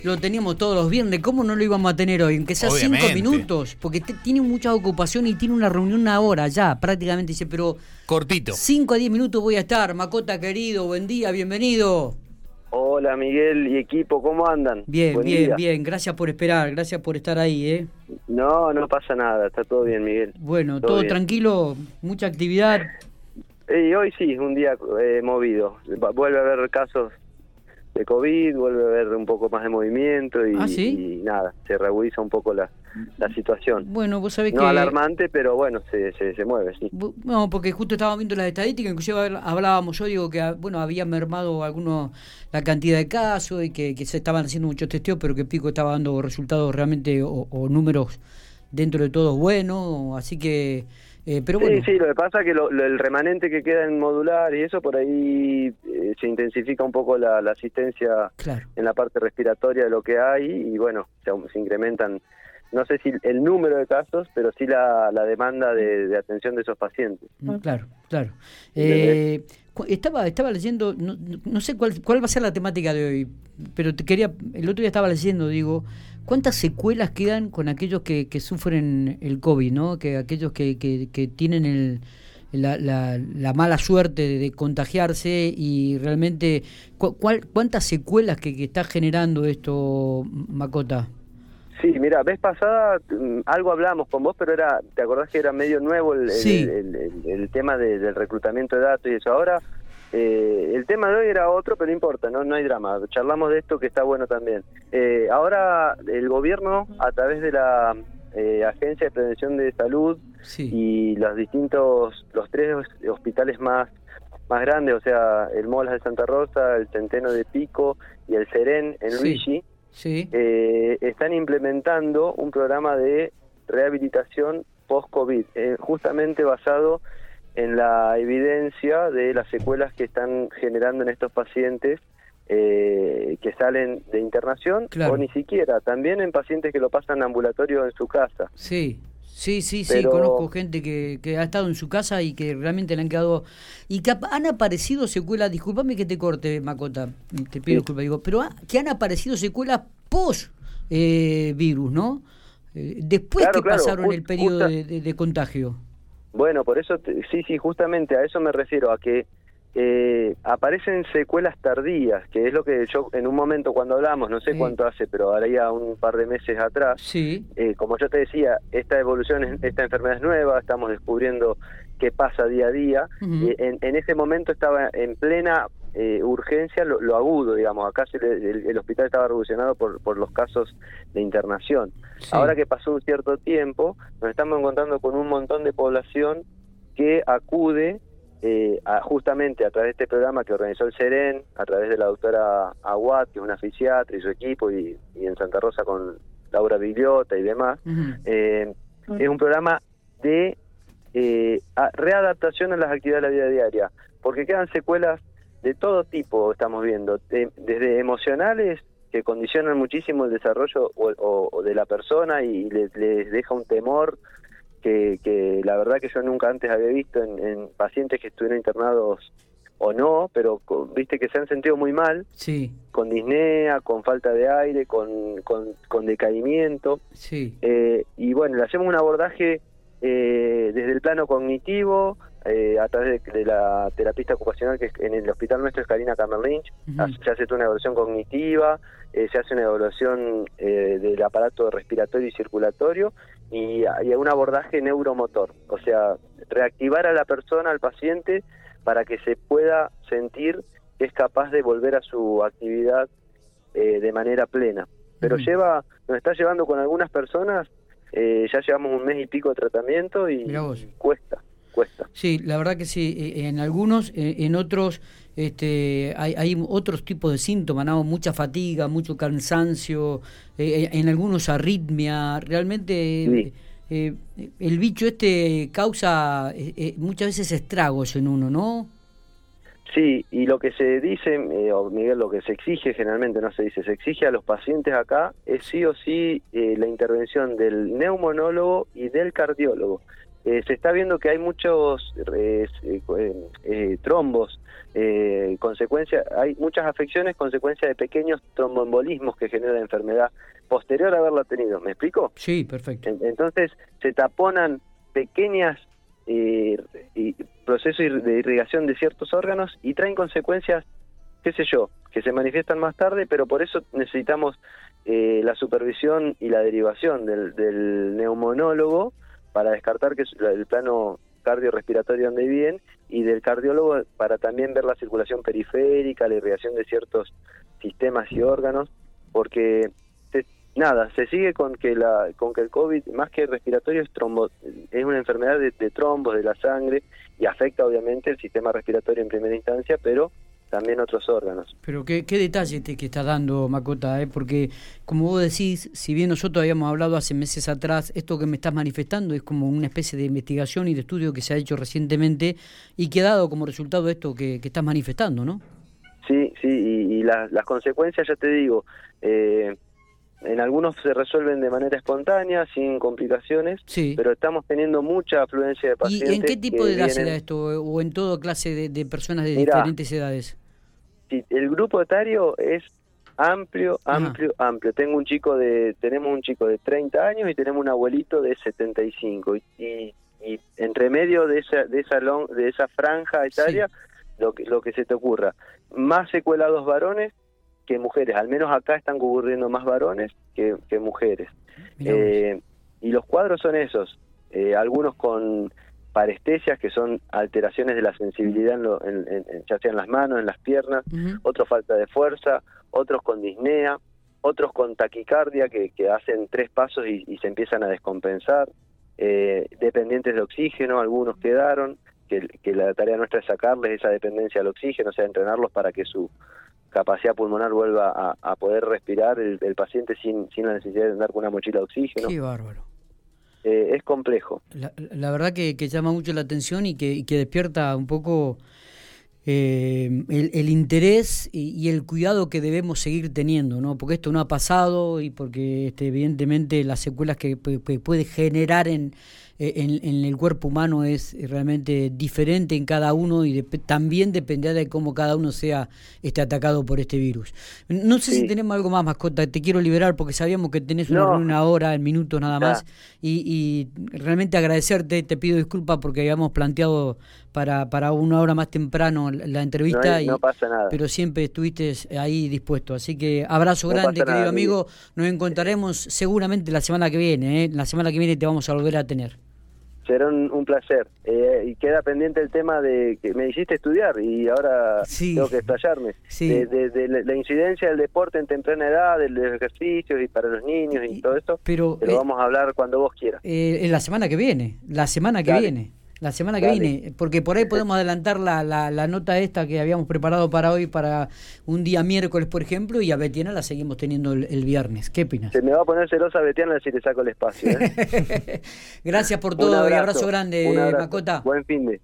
Lo teníamos todos los viernes, ¿cómo no lo íbamos a tener hoy? Aunque sea Obviamente. 5 minutos, porque tiene mucha ocupación y tiene una reunión una hora ya, prácticamente. Dice, pero Cortito. 5 a 10 minutos voy a estar. Macota querido, buen día, bienvenido. Hola Miguel y equipo, ¿cómo andan? Bien, Buen bien, día. bien, gracias por esperar, gracias por estar ahí, ¿eh? No pasa nada, está todo bien, Miguel. Bueno, Todo todo bien. tranquilo, mucha actividad. Y hoy sí, es un día movido. Vuelve a haber casos de COVID, vuelve a haber un poco más de movimiento y, ¿Ah, sí? y nada, se reagudiza un poco la situación. Bueno, vos sabés No que... alarmante, pero bueno, se mueve, sí. No, porque justo estábamos viendo las estadísticas, inclusive hablábamos, yo digo que bueno, había mermado la cantidad de casos y que se estaban haciendo muchos testeos, pero que Pico estaba dando resultados realmente o números dentro de todo buenos, así que... pero bueno. Sí, lo que pasa es que el remanente que queda en modular y eso, por ahí se intensifica un poco la asistencia Claro. en la parte respiratoria de lo que hay y bueno, se incrementan, no sé si el número de casos, pero sí la demanda de atención de esos pacientes. Claro, claro. ¿Entendés? Estaba leyendo, no sé cuál va a ser la temática de hoy, pero el otro día estaba leyendo, digo, ¿cuántas secuelas quedan con aquellos que sufren el COVID, ¿no? Que aquellos que tienen la mala suerte de contagiarse y realmente, ¿cuántas secuelas que está generando esto, Macota? Sí, mira, vez pasada algo hablamos con vos, pero ¿te acordás que era medio nuevo Sí. el tema del reclutamiento de datos y eso? Ahora, el tema de hoy era otro, pero no importa, no hay drama. Charlamos de esto que está bueno también. Ahora el gobierno, a través de la Agencia de Prevención de Salud Sí. y los 3 hospitales más grandes, o sea, el Molas de Santa Rosa, el Centeno de Pico y el Serén en Sí. Luigi, Sí. están implementando un programa de rehabilitación post-COVID, justamente basado en la evidencia de las secuelas que están generando en estos pacientes que salen de internación, Claro. o ni siquiera, también en pacientes que lo pasan ambulatorio en su casa. Sí, sí, Pero- conozco gente que ha estado en su casa y que realmente le han quedado... Y que han aparecido secuelas, discúlpame que te corte, Macota, te pido Sí. disculpas, digo, pero que han aparecido secuelas post-virus, ¿no? Después Claro, que pasaron el justa- periodo de contagio. Bueno, por eso, sí, justamente a eso me refiero, a que aparecen secuelas tardías, que es lo que yo en un momento cuando hablamos, no sé Sí. cuánto hace, pero ahora ya un par de meses atrás, Sí, como yo te decía, esta enfermedad es nueva, estamos descubriendo qué pasa día a día, Ujú. y en ese momento estaba en plena urgencia lo agudo, digamos, acá el hospital estaba revolucionado por los casos de internación. sí. Ahora que pasó un cierto tiempo, nos estamos encontrando con un montón de población que acude justamente a través de este programa que organizó el Serén, a través de la doctora Aguad, que es una fisiatra y su equipo, y en Santa Rosa con Laura Bigliota y demás. Ujú. Es un programa de readaptación a las actividades de la vida diaria, porque quedan secuelas de todo tipo, estamos viendo, desde emocionales, que condicionan muchísimo el desarrollo o de la persona y les deja un temor que la verdad que yo nunca antes había visto en pacientes que estuvieron internados o no, pero viste que se han sentido muy mal, Sí, con disnea, con falta de aire, con decaimiento, sí, y bueno, le hacemos un abordaje desde el plano cognitivo, a través de la terapista ocupacional que en el hospital nuestro es Karina Kammerlynch. Ujú. Se hace toda una evaluación cognitiva, se hace una evaluación del aparato respiratorio y circulatorio y un abordaje neuromotor, o sea, reactivar a la persona, al paciente, para que se pueda sentir que es capaz de volver a su actividad de manera plena. Pero Ujú. nos está llevando con algunas personas, ya llevamos 1 mes y pico de tratamiento y Mirá vos. cuesta. Sí, la verdad que sí. En algunos, en otros, hay otros tipos de síntomas, ¿no? Mucha fatiga, mucho cansancio, en algunos arritmia. Realmente Sí. el bicho causa muchas veces estragos en uno, ¿no? Sí, y lo que se dice, o Miguel, lo que se exige generalmente, no se dice, se exige a los pacientes acá, es sí o sí la intervención del neumonólogo y del cardiólogo. se está viendo que hay muchos trombos, hay muchas afecciones consecuencia de pequeños tromboembolismos que genera la enfermedad posterior a haberla tenido. ¿Me explico? Sí, perfecto. Entonces se taponan pequeñas procesos de irrigación de ciertos órganos y traen consecuencias, qué sé yo, que se manifiestan más tarde, pero por eso necesitamos la supervisión y la derivación del neumonólogo para descartar que el plano cardiorrespiratorio ande bien, y del cardiólogo para también ver la circulación periférica, la irrigación de ciertos sistemas y órganos, porque se sigue con que el COVID, más que respiratorio, es una enfermedad de trombos de la sangre y afecta obviamente el sistema respiratorio en primera instancia, pero también otros órganos. Pero qué detalle que estás dando, Macota, porque como vos decís, si bien nosotros habíamos hablado hace meses atrás, esto que me estás manifestando es como una especie de investigación y de estudio que se ha hecho recientemente y que ha dado como resultado esto que estás manifestando, ¿no? Sí, y las consecuencias, ya te digo, en algunos se resuelven de manera espontánea, sin complicaciones, sí, pero estamos teniendo mucha afluencia de pacientes. ¿Y en qué tipo de edad se da esto? ¿O en toda clase de personas de diferentes edades? Sí, el grupo etario es amplio. Tenemos un chico de 30 años y tenemos un abuelito de 75. Y entre medio de esa franja etaria, sí, lo que se te ocurra. Más secuelados varones que mujeres, al menos acá están ocurriendo más varones que mujeres. Y los cuadros son esos, algunos con parestesias, que son alteraciones de la sensibilidad ya sea en las manos, en las piernas, otros falta de fuerza, otros con disnea, otros con taquicardia que hacen 3 pasos y se empiezan a descompensar, dependientes de oxígeno, algunos quedaron, que la tarea nuestra es sacarles esa dependencia al oxígeno, o sea, entrenarlos para que su capacidad pulmonar vuelva a poder respirar el paciente sin la necesidad de andar con una mochila de oxígeno. Qué bárbaro. Es complejo. La verdad que llama mucho la atención y que despierta un poco el interés y el cuidado que debemos seguir teniendo, ¿no? Porque esto no ha pasado y porque evidentemente las secuelas que puede generar en el cuerpo humano es realmente diferente en cada uno y también dependerá de cómo cada uno sea atacado por este virus. No sé si tenemos algo más, Mascota, te quiero liberar porque sabíamos que tenés una hora, en minutos nada más, y realmente agradecerte, te pido disculpas porque habíamos planteado para una hora más temprano la entrevista, no pasa nada, pero siempre estuviste ahí dispuesto, así que abrazo grande, querido amigo, nos encontraremos seguramente la semana que viene, la semana que viene te vamos a volver a tener. Será un placer, y queda pendiente el tema de que me hiciste estudiar y ahora tengo que explayarme, de la incidencia del deporte en temprana edad, de los ejercicios y para los niños y todo esto, pero vamos a hablar cuando vos quieras. La semana que viene, la semana que viene, porque por ahí podemos adelantar la nota esta que habíamos preparado para hoy, para un día miércoles, por ejemplo, y a Betiana la seguimos teniendo el viernes. ¿Qué opinas? Se me va a poner celosa Betiana si le saco el espacio. Gracias por todo y abrazo grande, Macota. Buen fin de.